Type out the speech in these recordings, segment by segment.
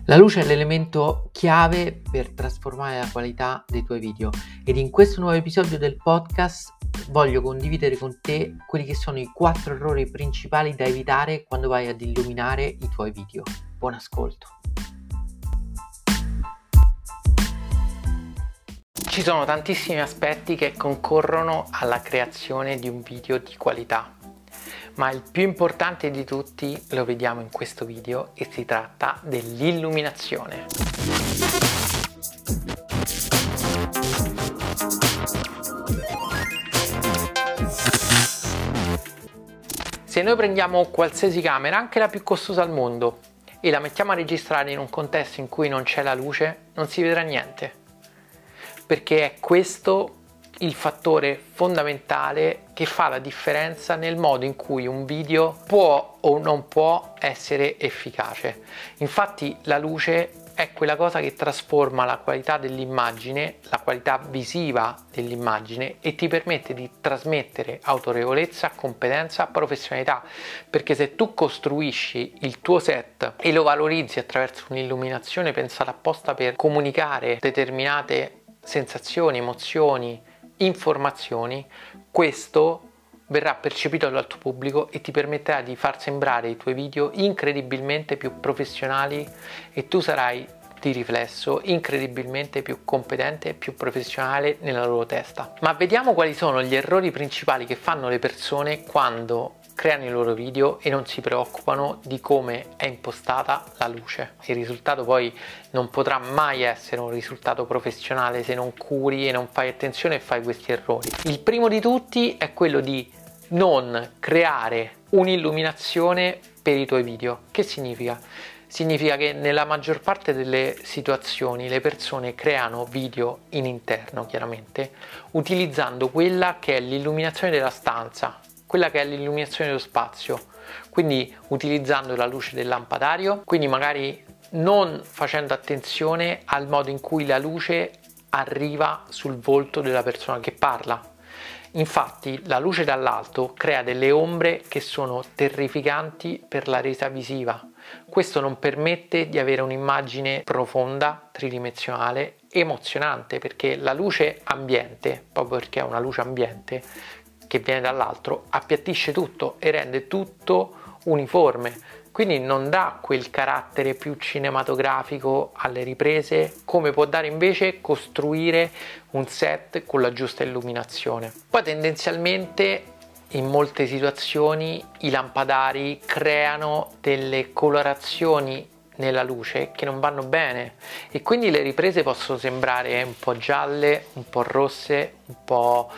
La luce è l'elemento chiave per trasformare la qualità dei tuoi video ed in questo nuovo episodio del podcast voglio condividere con te quelli che sono i 4 errori principali da evitare quando vai ad illuminare i tuoi video. Buon ascolto! Ci sono tantissimi aspetti che concorrono alla creazione di un video di qualità. Ma il più importante di tutti lo vediamo in questo video e si tratta dell'illuminazione. Se noi prendiamo qualsiasi camera, anche la più costosa al mondo, e la mettiamo a registrare in un contesto in cui non c'è la luce, non si vedrà niente. Perché è questo il fattore fondamentale che fa la differenza nel modo in cui un video può o non può essere efficace. Infatti la luce è quella cosa che trasforma la qualità dell'immagine, la qualità visiva dell'immagine e ti permette di trasmettere autorevolezza, competenza, professionalità, perché se tu costruisci il tuo set e lo valorizzi attraverso un'illuminazione pensata apposta per comunicare determinate sensazioni, emozioni, informazioni, questo verrà percepito dal tuo pubblico e ti permetterà di far sembrare i tuoi video incredibilmente più professionali e tu sarai di riflesso incredibilmente più competente e più professionale nella loro testa. Ma vediamo quali sono gli errori principali che fanno le persone quando creano i loro video e non si preoccupano di come è impostata la luce. Il risultato poi non potrà mai essere un risultato professionale se non curi e non fai attenzione e fai questi errori. Il primo di tutti è quello di non creare un'illuminazione per i tuoi video. Che significa? Significa che nella maggior parte delle situazioni le persone creano video in interno, chiaramente, utilizzando quella che è l'illuminazione della stanza, quella che è l'illuminazione dello spazio, quindi utilizzando la luce del lampadario, quindi magari non facendo attenzione al modo in cui la luce arriva sul volto della persona che parla. Infatti la luce dall'alto crea delle ombre che sono terrificanti per la resa visiva. Questo non permette di avere un'immagine profonda, tridimensionale, emozionante, perché la luce ambiente, proprio perché è una luce ambiente che viene dall'altro, appiattisce tutto e rende tutto uniforme, quindi non dà quel carattere più cinematografico alle riprese come può dare invece costruire un set con la giusta illuminazione. Poi tendenzialmente in molte situazioni i lampadari creano delle colorazioni nella luce che non vanno bene e quindi le riprese possono sembrare un po' gialle, un po' rosse, un po'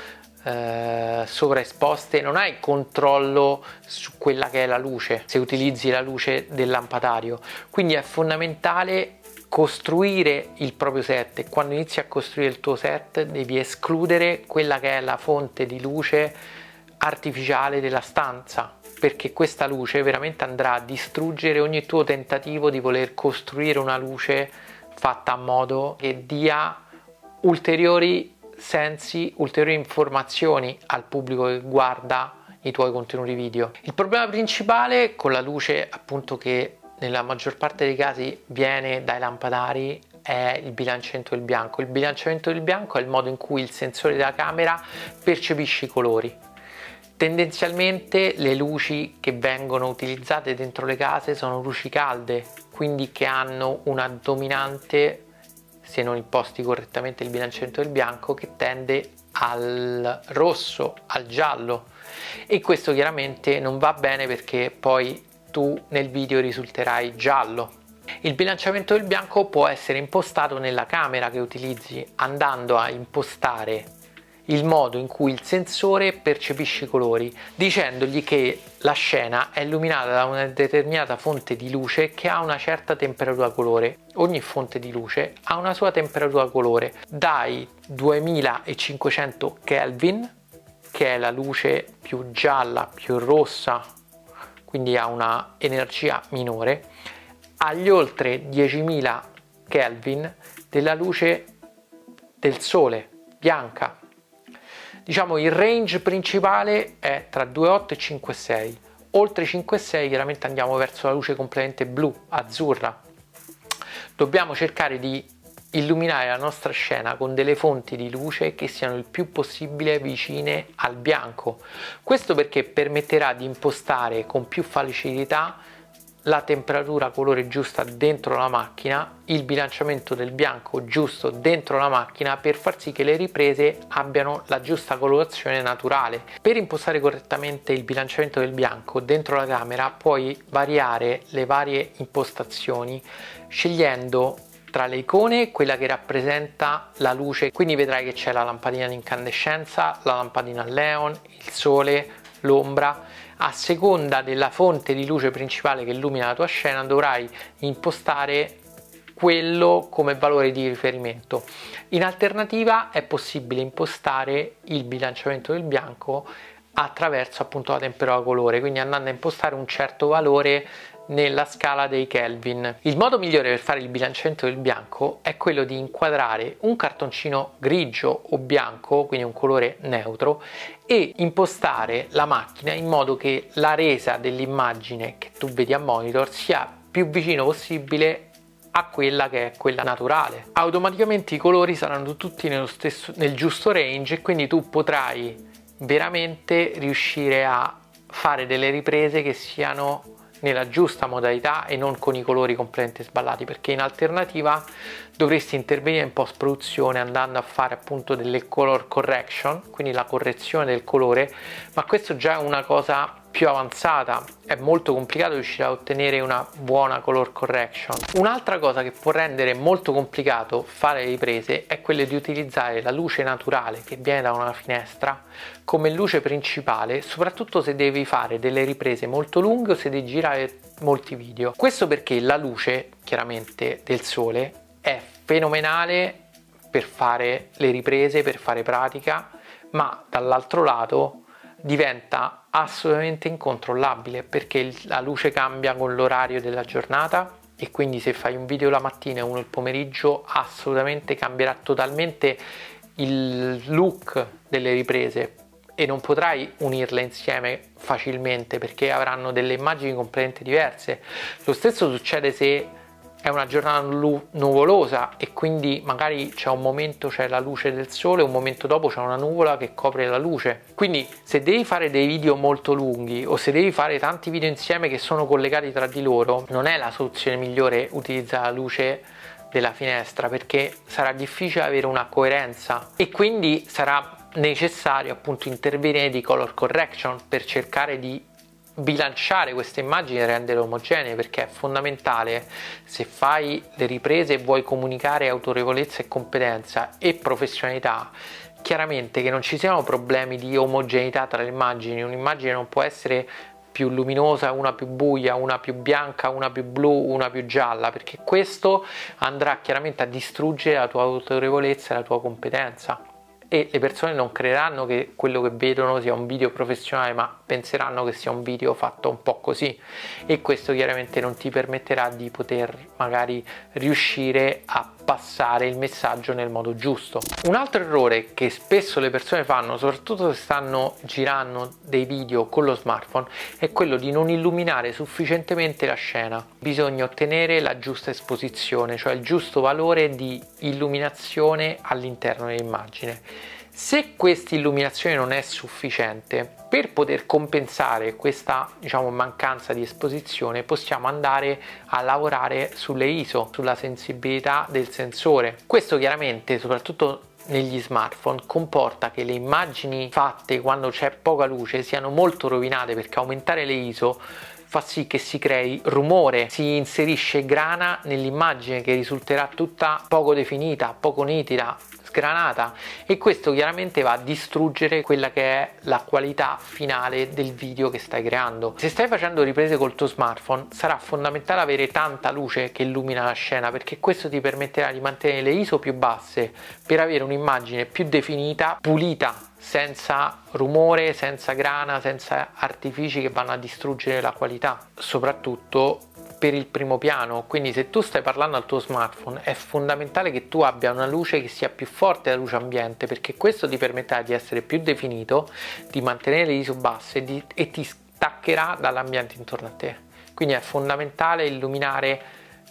sovraesposte, non hai controllo su quella che è la luce se utilizzi la luce del lampadario, quindi è fondamentale costruire il proprio set e quando inizi a costruire il tuo set devi escludere quella che è la fonte di luce artificiale della stanza, perché questa luce veramente andrà a distruggere ogni tuo tentativo di voler costruire una luce fatta a modo che dia ulteriori sensi, ulteriori informazioni al pubblico che guarda i tuoi contenuti video. Il problema principale con la luce, appunto, che nella maggior parte dei casi viene dai lampadari è il bilanciamento del bianco. Il bilanciamento del bianco è il modo in cui il sensore della camera percepisce i colori. Tendenzialmente le luci che vengono utilizzate dentro le case sono luci calde, quindi che hanno una dominante, se non imposti correttamente il bilanciamento del bianco, che tende al rosso, al giallo, e questo chiaramente non va bene perché poi tu nel video risulterai giallo. Il bilanciamento del bianco può essere impostato nella camera che utilizzi andando a impostare il modo in cui il sensore percepisce i colori, dicendogli che la scena è illuminata da una determinata fonte di luce che ha una certa temperatura colore. Ogni fonte di luce ha una sua temperatura colore, dai 2500 Kelvin, che è la luce più gialla, più rossa, quindi ha una energia minore, agli oltre 10.000 Kelvin della luce del sole, bianca. Diciamo il range principale è tra 2.8 e 5.6. Oltre 5.6 chiaramente andiamo verso la luce completamente blu, azzurra. Dobbiamo cercare di illuminare la nostra scena con delle fonti di luce che siano il più possibile vicine al bianco. Questo perché permetterà di impostare con più facilità la temperatura colore giusta dentro la macchina, il bilanciamento del bianco giusto dentro la macchina, per far sì che le riprese abbiano la giusta colorazione naturale. Per impostare correttamente il bilanciamento del bianco dentro la camera puoi variare le varie impostazioni scegliendo tra le icone quella che rappresenta la luce, quindi vedrai che c'è la lampadina di incandescenza, la lampadina a neon, il sole, l'ombra. A seconda della fonte di luce principale che illumina la tua scena dovrai impostare quello come valore di riferimento. In alternativa è possibile impostare il bilanciamento del bianco attraverso appunto la temperatura colore, quindi andando a impostare un certo valore nella scala dei Kelvin. Il modo migliore per fare il bilanciamento del bianco è quello di inquadrare un cartoncino grigio o bianco, quindi un colore neutro, e impostare la macchina in modo che la resa dell'immagine che tu vedi a monitor sia più vicino possibile a quella che è quella naturale. Automaticamente i colori saranno tutti nel giusto range e quindi tu potrai veramente riuscire a fare delle riprese che siano nella giusta modalità e non con i colori completamente sballati, perché in alternativa dovresti intervenire in post produzione andando a fare appunto delle color correction, quindi la correzione del colore, ma questo già è una cosa più avanzata, è molto complicato riuscire a ottenere una buona color correction. Un'altra cosa che può rendere molto complicato fare le riprese è quella di utilizzare la luce naturale che viene da una finestra come luce principale, soprattutto se devi fare delle riprese molto lunghe o se devi girare molti video. Questo perché la luce chiaramente del sole è fenomenale per fare le riprese, per fare pratica, ma dall'altro lato diventa assolutamente incontrollabile perché la luce cambia con l'orario della giornata e quindi se fai un video la mattina e uno il pomeriggio assolutamente cambierà totalmente il look delle riprese e non potrai unirle insieme facilmente perché avranno delle immagini completamente diverse. Lo stesso succede se è una giornata nuvolosa e quindi magari c'è un momento c'è la luce del sole, un momento dopo c'è una nuvola che copre la luce. Quindi se devi fare dei video molto lunghi o se devi fare tanti video insieme che sono collegati tra di loro, non è la soluzione migliore utilizzare la luce della finestra perché sarà difficile avere una coerenza e quindi sarà necessario appunto intervenire di color correction per cercare di bilanciare queste immagini e renderle omogenee, perché è fondamentale se fai le riprese e vuoi comunicare autorevolezza e competenza e professionalità, chiaramente che non ci siano problemi di omogeneità tra le immagini. Un'immagine non può essere più luminosa, una più buia, una più bianca, una più blu, una più gialla, perché questo andrà chiaramente a distruggere la tua autorevolezza e la tua competenza e le persone non crederanno che quello che vedono sia un video professionale, ma penseranno che sia un video fatto un po' così e questo chiaramente non ti permetterà di poter magari riuscire a passare il messaggio nel modo giusto. Un altro errore che spesso le persone fanno, soprattutto se stanno girando dei video con lo smartphone, è quello di non illuminare sufficientemente la scena. Bisogna ottenere la giusta esposizione, cioè il giusto valore di illuminazione all'interno dell'immagine. Se questa illuminazione non è sufficiente, per poter compensare questa mancanza di esposizione possiamo andare a lavorare sulle ISO, sulla sensibilità del sensore. Questo chiaramente soprattutto negli smartphone comporta che le immagini fatte quando c'è poca luce siano molto rovinate perché aumentare le ISO fa sì che si crei rumore, si inserisce grana nell'immagine che risulterà tutta poco definita, poco nitida, sgranata e questo chiaramente va a distruggere quella che è la qualità finale del video che stai creando. Se stai facendo riprese col tuo smartphone sarà fondamentale avere tanta luce che illumina la scena perché questo ti permetterà di mantenere le ISO più basse per avere un'immagine più definita, pulita, senza rumore, senza grana, senza artifici che vanno a distruggere la qualità, soprattutto per il primo piano. Quindi se tu stai parlando al tuo smartphone è fondamentale che tu abbia una luce che sia più forte della luce ambiente perché questo ti permetterà di essere più definito, di mantenere le ISO basse e ti staccherà dall'ambiente intorno a te. Quindi è fondamentale illuminare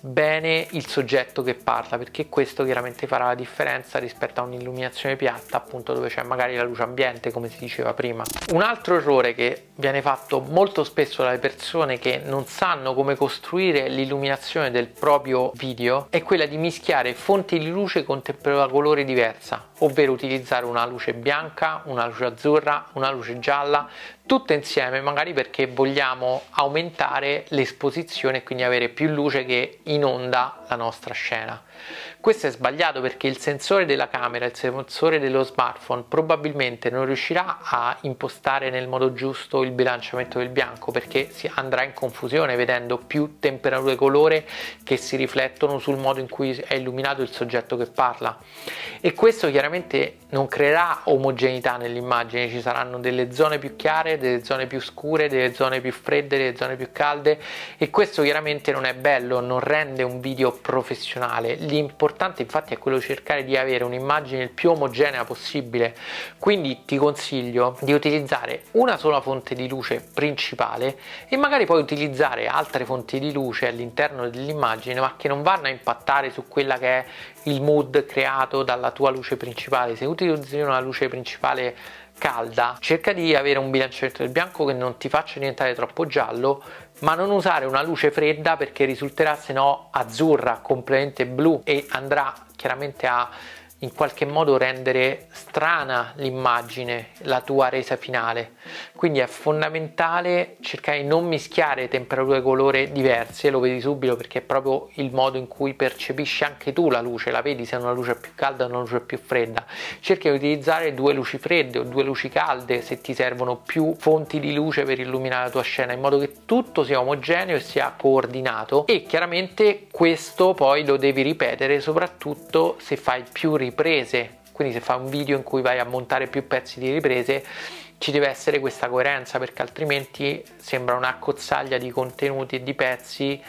bene il soggetto che parla, perché questo chiaramente farà la differenza rispetto a un'illuminazione piatta, appunto, dove c'è magari la luce ambiente, come si diceva prima. Un altro errore che viene fatto molto spesso dalle persone che non sanno come costruire l'illuminazione del proprio video è quella di mischiare fonti di luce con temperatura colore diversa, ovvero utilizzare una luce bianca, una luce azzurra, una luce gialla, tutte insieme, magari perché vogliamo aumentare l'esposizione e quindi avere più luce che inonda la nostra scena. Questo è sbagliato perché il sensore della camera, il sensore dello smartphone probabilmente non riuscirà a impostare nel modo giusto il bilanciamento del bianco, perché si andrà in confusione vedendo più temperature colore che si riflettono sul modo in cui è illuminato il soggetto che parla, e questo chiaramente non creerà omogeneità nell'immagine. Ci saranno delle zone più chiare, delle zone più scure, delle zone più fredde, delle zone più calde, e questo chiaramente non è bello, non rende un video professionale. L'importante infatti è quello di cercare di avere un'immagine il più omogenea possibile, quindi ti consiglio di utilizzare una sola fonte di luce principale e magari poi utilizzare altre fonti di luce all'interno dell'immagine, ma che non vanno a impattare su quella che è il mood creato dalla tua luce principale. Se utilizzi una luce principale calda, cerca di avere un bilanciamento del bianco che non ti faccia diventare troppo giallo, ma non usare una luce fredda perché risulterà se no azzurra, completamente blu, e andrà chiaramente a in qualche modo rendere strana l'immagine, la tua resa finale. Quindi è fondamentale cercare di non mischiare temperature colore diverse, lo vedi subito perché è proprio il modo in cui percepisci anche tu la luce, la vedi se è una luce più calda o una luce più fredda. Cerca di utilizzare due luci fredde o due luci calde se ti servono più fonti di luce per illuminare la tua scena, in modo che tutto sia omogeneo e sia coordinato, e chiaramente questo poi lo devi ripetere soprattutto se fai più riprese. Quindi se fai un video in cui vai a montare più pezzi di riprese ci deve essere questa coerenza, perché altrimenti sembra una accozzaglia di contenuti e di pezzi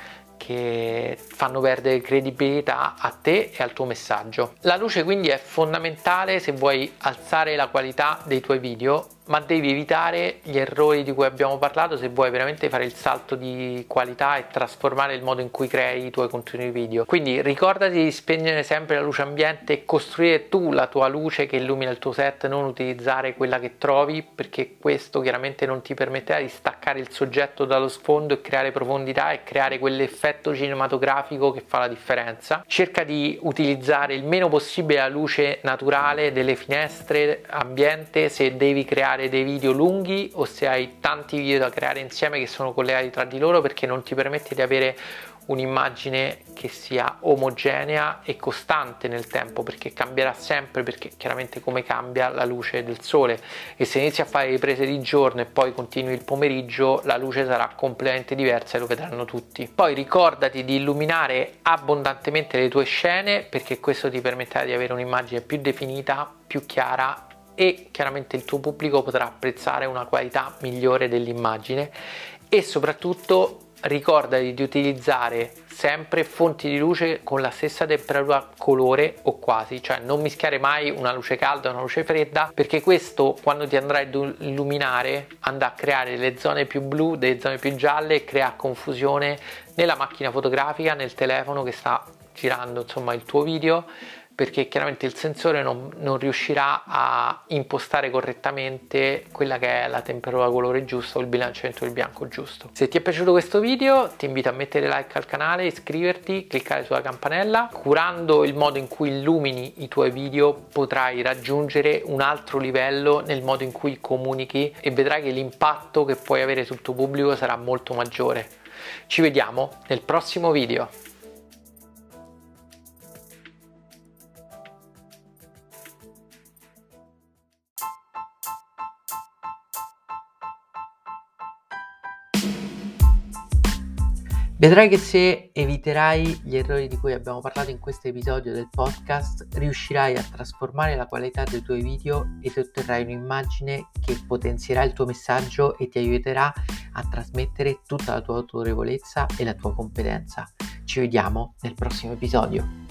che fanno perdere credibilità a te e al tuo messaggio. La luce quindi è fondamentale se vuoi alzare la qualità dei tuoi video, ma devi evitare gli errori di cui abbiamo parlato se vuoi veramente fare il salto di qualità e trasformare il modo in cui crei i tuoi contenuti video. Quindi ricordati di spegnere sempre la luce ambiente e costruire tu la tua luce che illumina il tuo set, non utilizzare quella che trovi, perché questo chiaramente non ti permetterà di staccare il soggetto dallo sfondo e creare profondità e creare quell'effetto cinematografico che fa la differenza. Cerca di utilizzare il meno possibile la luce naturale delle finestre ambiente se devi creare dei video lunghi o se hai tanti video da creare insieme che sono collegati tra di loro, perché non ti permette di avere un'immagine che sia omogenea e costante nel tempo, perché cambierà sempre, perché chiaramente come cambia la luce del sole, e se inizi a fare riprese di giorno e poi continui il pomeriggio la luce sarà completamente diversa e lo vedranno tutti. Poi ricordati di illuminare abbondantemente le tue scene, perché questo ti permetterà di avere un'immagine più definita, più chiara, e chiaramente il tuo pubblico potrà apprezzare una qualità migliore dell'immagine. E soprattutto ricordati di utilizzare sempre fonti di luce con la stessa temperatura colore o quasi, cioè non mischiare mai una luce calda e una luce fredda, perché questo quando ti andrai ad illuminare andrà a creare delle zone più blu, delle zone più gialle, e crea confusione nella macchina fotografica, nel telefono che sta girando insomma il tuo video, perché chiaramente il sensore non riuscirà a impostare correttamente quella che è la temperatura colore giusta o il bilanciamento del bianco giusto. Se ti è piaciuto questo video ti invito a mettere like al canale, iscriverti, cliccare sulla campanella. Curando il modo in cui illumini i tuoi video potrai raggiungere un altro livello nel modo in cui comunichi, e vedrai che l'impatto che puoi avere sul tuo pubblico sarà molto maggiore. Ci vediamo nel prossimo video. Vedrai che se eviterai gli errori di cui abbiamo parlato in questo episodio del podcast, riuscirai a trasformare la qualità dei tuoi video ed otterrai un'immagine che potenzierà il tuo messaggio e ti aiuterà a trasmettere tutta la tua autorevolezza e la tua competenza. Ci vediamo nel prossimo episodio.